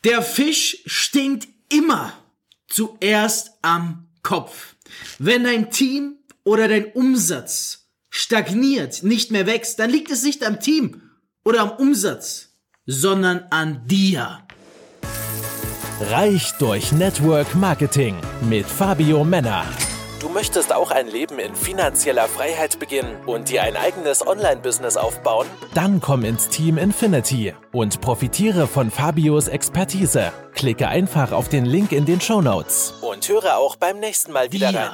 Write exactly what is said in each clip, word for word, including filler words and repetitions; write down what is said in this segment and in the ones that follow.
Der Fisch stinkt immer zuerst am Kopf. Wenn dein Team oder dein Umsatz stagniert, nicht mehr wächst, dann liegt es nicht am Team oder am Umsatz, sondern an dir. Reich durch Network Marketing mit Fabio Männer. Du möchtest auch ein Leben in finanzieller Freiheit beginnen und dir ein eigenes Online-Business aufbauen? Dann komm ins Team Infinity und profitiere von Fabios Expertise. Klicke einfach auf den Link in den Shownotes und höre auch beim nächsten Mal wieder Ja. rein.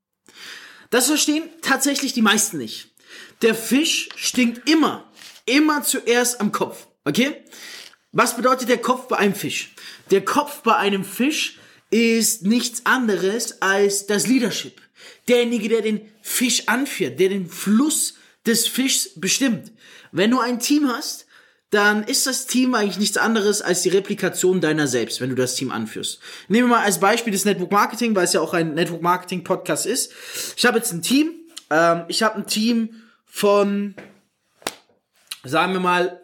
Das verstehen tatsächlich die meisten nicht. Der Fisch stinkt immer, immer zuerst am Kopf, okay? Was bedeutet der Kopf bei einem Fisch? Der Kopf bei einem Fisch ist nichts anderes als das Leadership. Derjenige, der den Fisch anführt, der den Fluss des Fischs bestimmt. Wenn du ein Team hast, dann ist das Team eigentlich nichts anderes als die Replikation deiner selbst, wenn du das Team anführst. Nehmen wir mal als Beispiel das Network Marketing, weil es ja auch ein Network Marketing Podcast ist. Ich habe jetzt ein Team, ähm, ich habe ein Team von, sagen wir mal,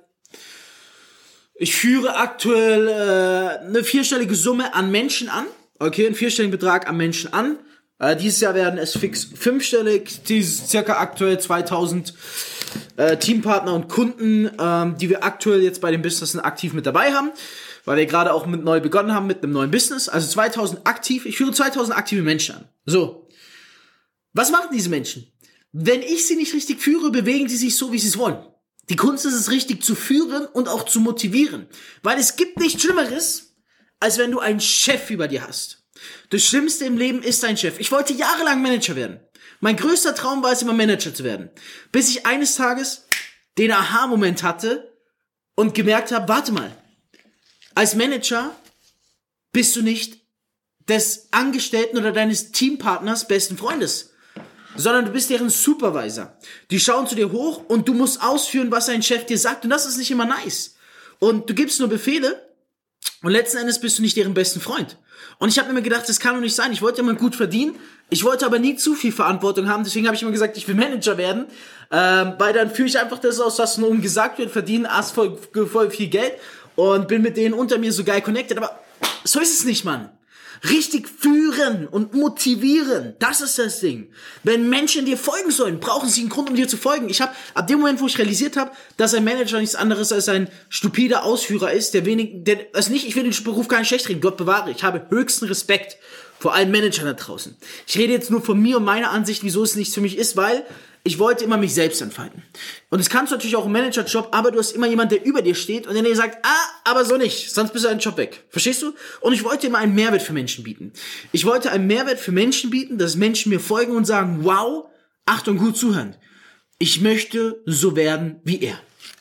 ich führe aktuell äh, eine vierstellige Summe an Menschen an. Okay, einen vierstelligen Betrag an Menschen an. Äh, dieses Jahr werden es fix fünfstellig. Dieses circa aktuell zweitausend äh, Teampartner und Kunden, ähm, die wir aktuell jetzt bei den Businessen aktiv mit dabei haben. Weil wir gerade auch mit neu begonnen haben mit einem neuen Business. Also zweitausend aktiv. Ich führe zweitausend aktive Menschen an. So. Was machen diese Menschen? Wenn ich sie nicht richtig führe, bewegen sie sich so, wie sie es wollen. Die Kunst ist es, richtig zu führen und auch zu motivieren. Weil es gibt nichts Schlimmeres, als wenn du einen Chef über dir hast. Das Schlimmste im Leben ist ein Chef. Ich wollte jahrelang Manager werden. Mein größter Traum war es, immer Manager zu werden. Bis ich eines Tages den Aha-Moment hatte und gemerkt habe, warte mal, als Manager bist du nicht des Angestellten oder deines Teampartners besten Freundes, sondern du bist deren Supervisor. Die schauen zu dir hoch und du musst ausführen, was dein Chef dir sagt. Und das ist nicht immer nice. Und du gibst nur Befehle und letzten Endes bist du nicht deren besten Freund. Und ich habe mir gedacht, das kann doch nicht sein. Ich wollte immer gut verdienen. Ich wollte aber nie zu viel Verantwortung haben. Deswegen habe ich immer gesagt, ich will Manager werden. Ähm, weil dann führe ich einfach das aus, was nur gesagt wird, verdiene erst voll, voll viel Geld und bin mit denen unter mir so geil connected. Aber so ist es nicht, Mann. Richtig führen und motivieren, das ist das Ding. Wenn Menschen dir folgen sollen, brauchen sie einen Grund, um dir zu folgen. Ich habe ab dem Moment, wo ich realisiert habe, dass ein Manager nichts anderes als ein stupider Ausführer ist, der wenig, der, also nicht, ich will den Beruf gar nicht schlecht reden, Gott bewahre, ich habe höchsten Respekt vor allen Managern da draußen. Ich rede jetzt nur von mir und meiner Ansicht, wieso es nichts für mich ist, weil ich wollte immer mich selbst entfalten. Und das kannst du natürlich auch im Managerjob, aber du hast immer jemanden, der über dir steht und der dir sagt, ah, aber so nicht, sonst bist du deinen Job weg. Verstehst du? Und ich wollte immer einen Mehrwert für Menschen bieten. Ich wollte einen Mehrwert für Menschen bieten, dass Menschen mir folgen und sagen, wow, Achtung, gut zuhören. Ich möchte so werden wie er.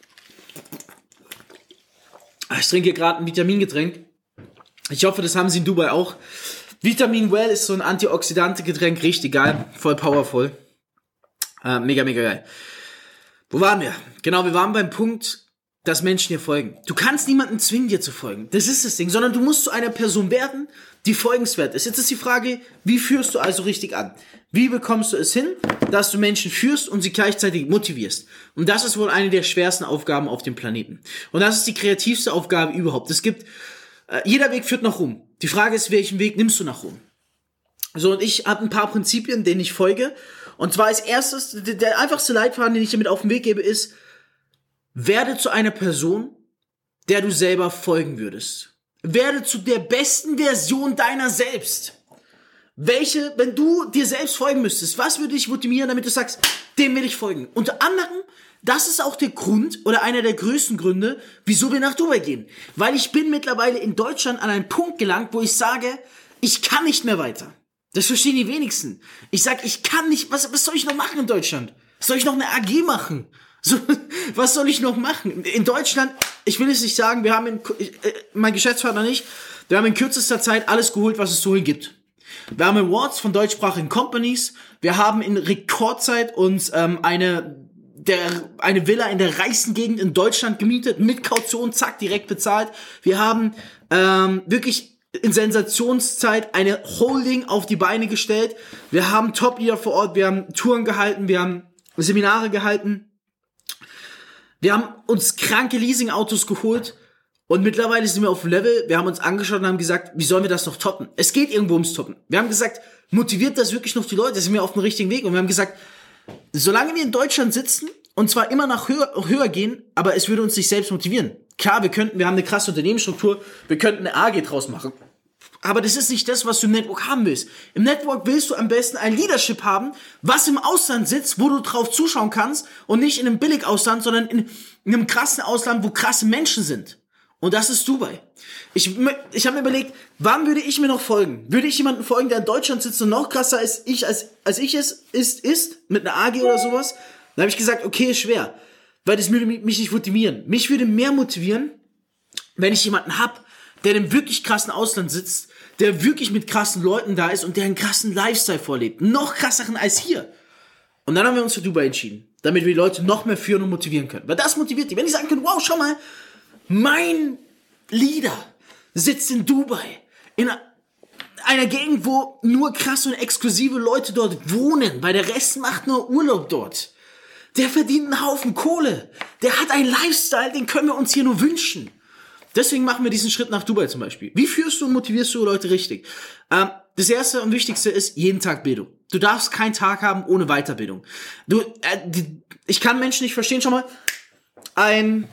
Ich trinke gerade ein Vitamingetränk. Ich hoffe, das haben sie in Dubai auch. Vitamin Well ist so ein Antioxidante-Getränk, richtig geil, voll powerful. Äh, mega, mega geil. Wo waren wir? Genau, wir waren beim Punkt, dass Menschen dir folgen. Du kannst niemanden zwingen, dir zu folgen. Das ist das Ding. Sondern du musst zu einer Person werden, die folgenswert ist. Jetzt ist die Frage, wie führst du also richtig an? Wie bekommst du es hin, dass du Menschen führst und sie gleichzeitig motivierst? Und das ist wohl eine der schwersten Aufgaben auf dem Planeten. Und das ist die kreativste Aufgabe überhaupt. Es gibt, äh, jeder Weg führt nach Rom. Die Frage ist, welchen Weg nimmst du nach Rom? So, und ich habe ein paar Prinzipien, denen ich folge. Und zwar als erstes, der einfachste Leitfaden, den ich dir mit auf den Weg gebe, ist, werde zu einer Person, der du selber folgen würdest. Werde zu der besten Version deiner selbst. Welche, wenn du dir selbst folgen müsstest, was würde dich motivieren, damit du sagst, dem will ich folgen? Unter anderem, das ist auch der Grund oder einer der größten Gründe, wieso wir nach Dubai gehen. Weil ich bin mittlerweile in Deutschland an einen Punkt gelangt, wo ich sage, ich kann nicht mehr weiter. Das verstehen die wenigsten. Ich sag, ich kann nicht, was, was soll ich noch machen in Deutschland? Soll ich noch eine A G machen? So, was soll ich noch machen? In Deutschland, ich will es nicht sagen, wir haben, in, äh, mein Geschäftspartner nicht, wir haben in kürzester Zeit alles geholt, was es so hier gibt. Wir haben Awards von deutschsprachigen Companies, wir haben in Rekordzeit uns ähm, eine, der, eine Villa in der reichsten Gegend in Deutschland gemietet, mit Kaution, zack, direkt bezahlt. Wir haben ähm, wirklich in Sensationszeit eine Holding auf die Beine gestellt. Wir haben Top-Leader vor Ort, wir haben Touren gehalten, wir haben Seminare gehalten. Wir haben uns kranke Leasing-Autos geholt Und mittlerweile sind wir auf dem Level, wir haben uns angeschaut und haben gesagt, wie sollen wir das noch toppen? Es geht irgendwo ums Toppen. Wir haben gesagt, motiviert das wirklich noch die Leute? Sind wir auf dem richtigen Weg? Und wir haben gesagt, solange wir in Deutschland sitzen und zwar immer nach höher, höher gehen, aber es würde uns nicht selbst motivieren. Klar, wir könnten, wir haben eine krasse Unternehmensstruktur, wir könnten eine A G draus machen. Aber das ist nicht das, was du im Network haben willst. Im Network willst du am besten ein Leadership haben, was im Ausland sitzt, wo du drauf zuschauen kannst und nicht in einem Billig-Ausland, sondern in, in einem krassen Ausland, wo krasse Menschen sind. Und das ist Dubai. Ich, ich habe mir überlegt, wann würde ich mir noch folgen? Würde ich jemandem folgen, der in Deutschland sitzt und noch krasser als ich, als, als ich es ist, ist, mit einer A G oder sowas? Dann habe ich gesagt, okay, ist schwer. Weil das würde mich nicht motivieren. Mich würde mehr motivieren, wenn ich jemanden hab, der in einem wirklich krassen Ausland sitzt, der wirklich mit krassen Leuten da ist und der einen krassen Lifestyle vorlebt. Noch krasseren als hier. Und dann haben wir uns für Dubai entschieden, damit wir die Leute noch mehr führen und motivieren können. Weil das motiviert die. Wenn die sagen können, wow, schau mal, mein Leader sitzt in Dubai, in einer Gegend, wo nur krasse und exklusive Leute dort wohnen, weil der Rest macht nur Urlaub dort. Der verdient einen Haufen Kohle. Der hat einen Lifestyle, den können wir uns hier nur wünschen. Deswegen machen wir diesen Schritt nach Dubai zum Beispiel. Wie führst du und motivierst du Leute richtig? Ähm, das erste und wichtigste ist jeden Tag Bildung. Du darfst keinen Tag haben ohne Weiterbildung. Du, äh, die, ich kann Menschen nicht verstehen. Schau mal, ein,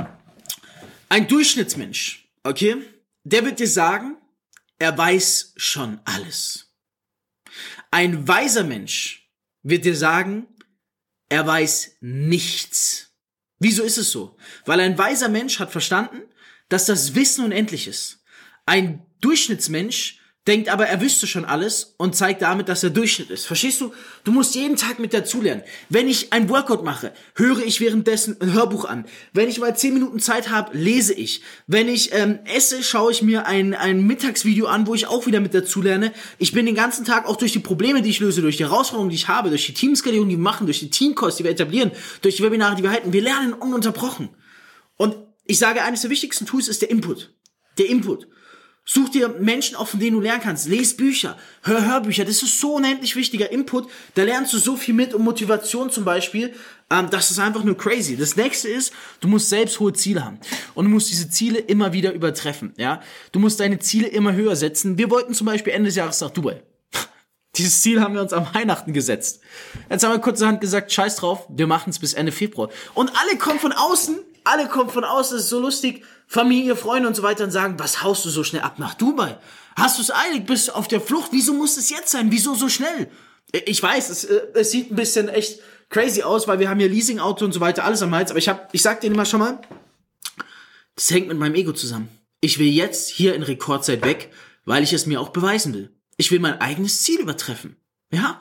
ein Durchschnittsmensch, okay, der wird dir sagen, er weiß schon alles. Ein weiser Mensch wird dir sagen, er weiß nichts. Wieso ist es so? Weil ein weiser Mensch hat verstanden, dass das Wissen unendlich ist. Ein Durchschnittsmensch denkt aber, er wüsste schon alles und zeigt damit, dass er Durchschnitt ist. Verstehst du? Du musst jeden Tag mit dazulernen. Wenn ich ein Workout mache, höre ich währenddessen ein Hörbuch an. Wenn ich mal zehn Minuten Zeit habe, lese ich. Wenn ich ähm, esse, schaue ich mir ein, ein Mittagsvideo an, wo ich auch wieder mit dazulerne. Ich bin den ganzen Tag auch durch die Probleme, die ich löse, durch die Herausforderungen, die ich habe, durch die Teamskalierung, die wir machen, durch die Teamcalls, die wir etablieren, durch die Webinare, die wir halten. Wir lernen ununterbrochen. Und ich sage, eines der wichtigsten Tools ist der Input. Der Input. Such dir Menschen auf, von denen du lernen kannst. Lies Bücher, hör Hörbücher. Das ist so unendlich wichtiger Input. Da lernst du so viel mit und Motivation zum Beispiel. Ähm, das ist einfach nur crazy. Das nächste ist, du musst selbst hohe Ziele haben. Und du musst diese Ziele immer wieder übertreffen. Ja, du musst deine Ziele immer höher setzen. Wir wollten zum Beispiel Ende des Jahres nach Dubai. Dieses Ziel haben wir uns am Weihnachten gesetzt. Jetzt haben wir kurzerhand gesagt, scheiß drauf, wir machen es bis Ende Februar. Und alle kommen von außen, alle kommen von außen, das ist so lustig, Familie, Freunde und so weiter und sagen, was haust du so schnell ab nach Dubai? Hast du es eilig, bist du auf der Flucht? Wieso muss es jetzt sein? Wieso so schnell? Ich weiß, es, es sieht ein bisschen echt crazy aus, weil wir haben ja Leasingauto und so weiter, alles am Hals. Aber ich hab, ich sag denen immer schon mal, das hängt mit meinem Ego zusammen. Ich will jetzt hier in Rekordzeit weg, weil ich es mir auch beweisen will. Ich will mein eigenes Ziel übertreffen. Ja?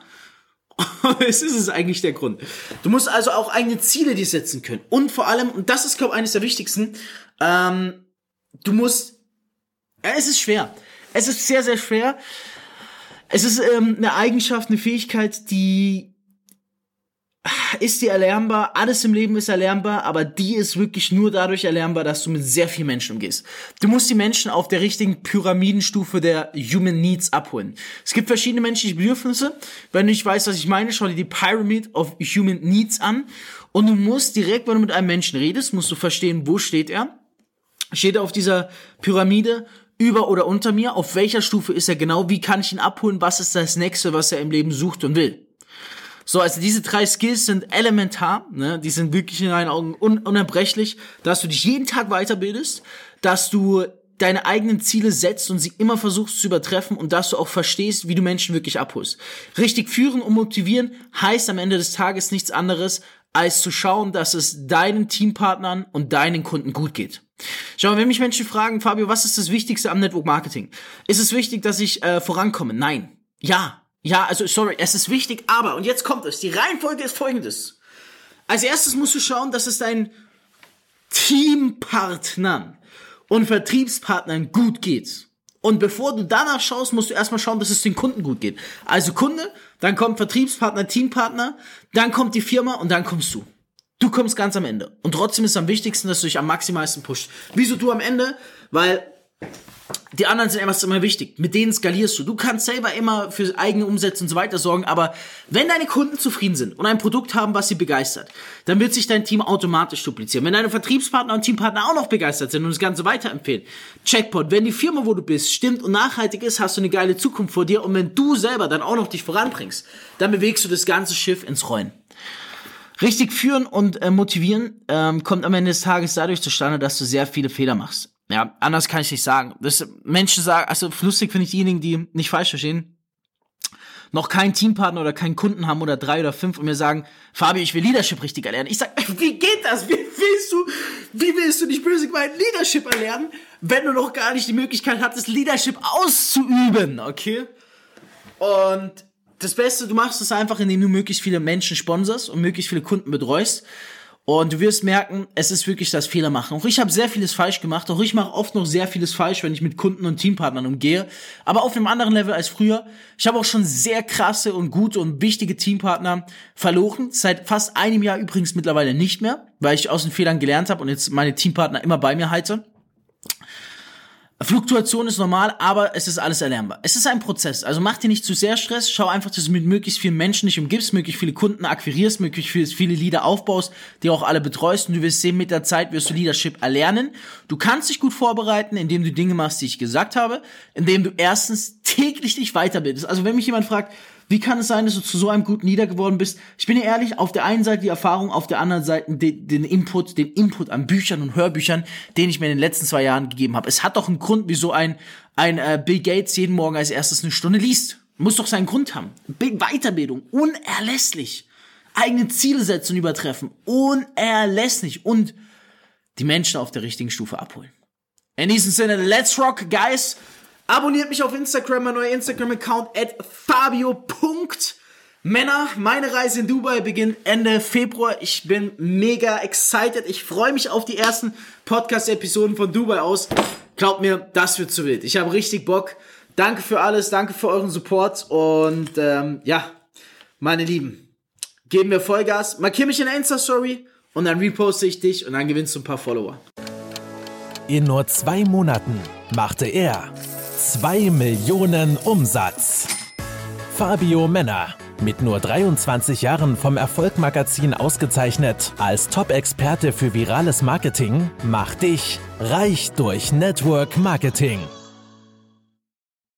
Es ist es eigentlich der Grund. Du musst also auch eigene Ziele dir setzen können. Und vor allem, und das ist, glaube ich, eines der wichtigsten, ähm, du musst, ja, es ist schwer. Es ist sehr, sehr schwer. Es ist ähm, eine Eigenschaft, eine Fähigkeit, die ist dir erlernbar. Alles im Leben ist erlernbar, aber die ist wirklich nur dadurch erlernbar, dass du mit sehr vielen Menschen umgehst. Du musst die Menschen auf der richtigen Pyramidenstufe der Human Needs abholen. Es gibt verschiedene menschliche Bedürfnisse. Wenn du nicht weißt, was ich meine, schau dir die Pyramid of Human Needs an. Und du musst direkt, wenn du mit einem Menschen redest, musst du verstehen, wo steht er. Steht er auf dieser Pyramide über oder unter mir? Auf welcher Stufe ist er genau? Wie kann ich ihn abholen? Was ist das Nächste, was er im Leben sucht und will? So, also diese drei Skills sind elementar, ne? Die sind wirklich in meinen Augen un- unerbrechlich, dass du dich jeden Tag weiterbildest, dass du deine eigenen Ziele setzt und sie immer versuchst zu übertreffen und dass du auch verstehst, wie du Menschen wirklich abholst. Richtig führen und motivieren heißt am Ende des Tages nichts anderes, als zu schauen, dass es deinen Teampartnern und deinen Kunden gut geht. Schau mal, wenn mich Menschen fragen, Fabio, was ist das Wichtigste am Network Marketing? Ist es wichtig, dass ich äh, vorankomme? Nein. Ja. Ja, also sorry, es ist wichtig, aber, und jetzt kommt es, die Reihenfolge ist folgendes. Als erstes musst du schauen, dass es deinen Teampartnern und Vertriebspartnern gut geht. Und bevor du danach schaust, musst du erstmal schauen, dass es den Kunden gut geht. Also Kunde, dann kommt Vertriebspartner, Teampartner, dann kommt die Firma und dann kommst du. Du kommst ganz am Ende. Und trotzdem ist es am wichtigsten, dass du dich am maximalsten pusht. Wieso du am Ende? Weil Die anderen sind einfach immer wichtig. Mit denen skalierst du. Du kannst selber immer für eigene Umsätze und so weiter sorgen, aber wenn deine Kunden zufrieden sind und ein Produkt haben, was sie begeistert, dann wird sich dein Team automatisch duplizieren. Wenn deine Vertriebspartner und Teampartner auch noch begeistert sind und das Ganze weiterempfehlen, Checkpoint. Wenn die Firma, wo du bist, stimmt und nachhaltig ist, hast du eine geile Zukunft vor dir und wenn du selber dann auch noch dich voranbringst, dann bewegst du das ganze Schiff ins Rollen. Richtig führen und äh, motivieren ähm, kommt am Ende des Tages dadurch zustande, dass du sehr viele Fehler machst. Ja, anders kann ich nicht sagen. Das, Menschen sagen, also lustig finde ich diejenigen, die nicht falsch verstehen, noch keinen Teampartner oder keinen Kunden haben oder drei oder fünf und mir sagen, Fabi, ich will Leadership richtig erlernen. Ich sag, wie geht das? Wie willst du, wie willst du nicht böse gemeint Leadership erlernen, wenn du noch gar nicht die Möglichkeit hattest, Leadership auszuüben, okay? Und das Beste, du machst es einfach, indem du möglichst viele Menschen sponsorst und möglichst viele Kunden betreust. Und du wirst merken, es ist wirklich das Fehler machen. Auch ich habe sehr vieles falsch gemacht. Auch ich mache oft noch sehr vieles falsch, wenn ich mit Kunden und Teampartnern umgehe. Aber auf einem anderen Level als früher. Ich habe auch schon sehr krasse und gute und wichtige Teampartner verloren. Seit fast einem Jahr übrigens mittlerweile nicht mehr, weil ich aus den Fehlern gelernt habe und jetzt meine Teampartner immer bei mir halte. Fluktuation ist normal, aber es ist alles erlernbar. Es ist ein Prozess, also mach dir nicht zu sehr Stress, schau einfach, dass du mit möglichst vielen Menschen dich umgibst, möglichst viele Kunden akquirierst, möglichst viele Leader aufbaust, die auch alle betreust und du wirst sehen, mit der Zeit wirst du Leadership erlernen. Du kannst dich gut vorbereiten, indem du Dinge machst, die ich gesagt habe, indem du erstens täglich dich weiterbildest. Also wenn mich jemand fragt, wie kann es sein, dass du zu so einem guten Leader geworden bist? Ich bin dir ehrlich, auf der einen Seite die Erfahrung, auf der anderen Seite den, den Input, den Input an Büchern und Hörbüchern, den ich mir in den letzten zwei Jahren gegeben habe. Es hat doch einen Grund, wieso ein, ein äh, Bill Gates jeden Morgen als erstes eine Stunde liest. Muss doch seinen Grund haben. Weiterbildung, unerlässlich. Eigene Ziele setzen und übertreffen, unerlässlich. Und die Menschen auf der richtigen Stufe abholen. In diesem Sinne, let's rock, guys! Abonniert mich auf Instagram, mein neuer Instagram-Account at fabio punkt männer. Meine Reise in Dubai beginnt Ende Februar. Ich bin mega excited. Ich freue mich auf die ersten Podcast-Episoden von Dubai aus. Glaubt mir, das wird zu wild. Ich habe richtig Bock. Danke für alles, danke für euren Support. Und ähm, ja, meine Lieben, geben wir Vollgas. Markier mich in der Insta-Story und dann reposte ich dich und dann gewinnst du ein paar Follower. In nur zwei Monaten machte er zwei Millionen Umsatz. Fabio Männer, mit nur dreiundzwanzig Jahren vom Erfolg-Magazin ausgezeichnet als Top-Experte für virales Marketing, macht dich reich durch Network Marketing.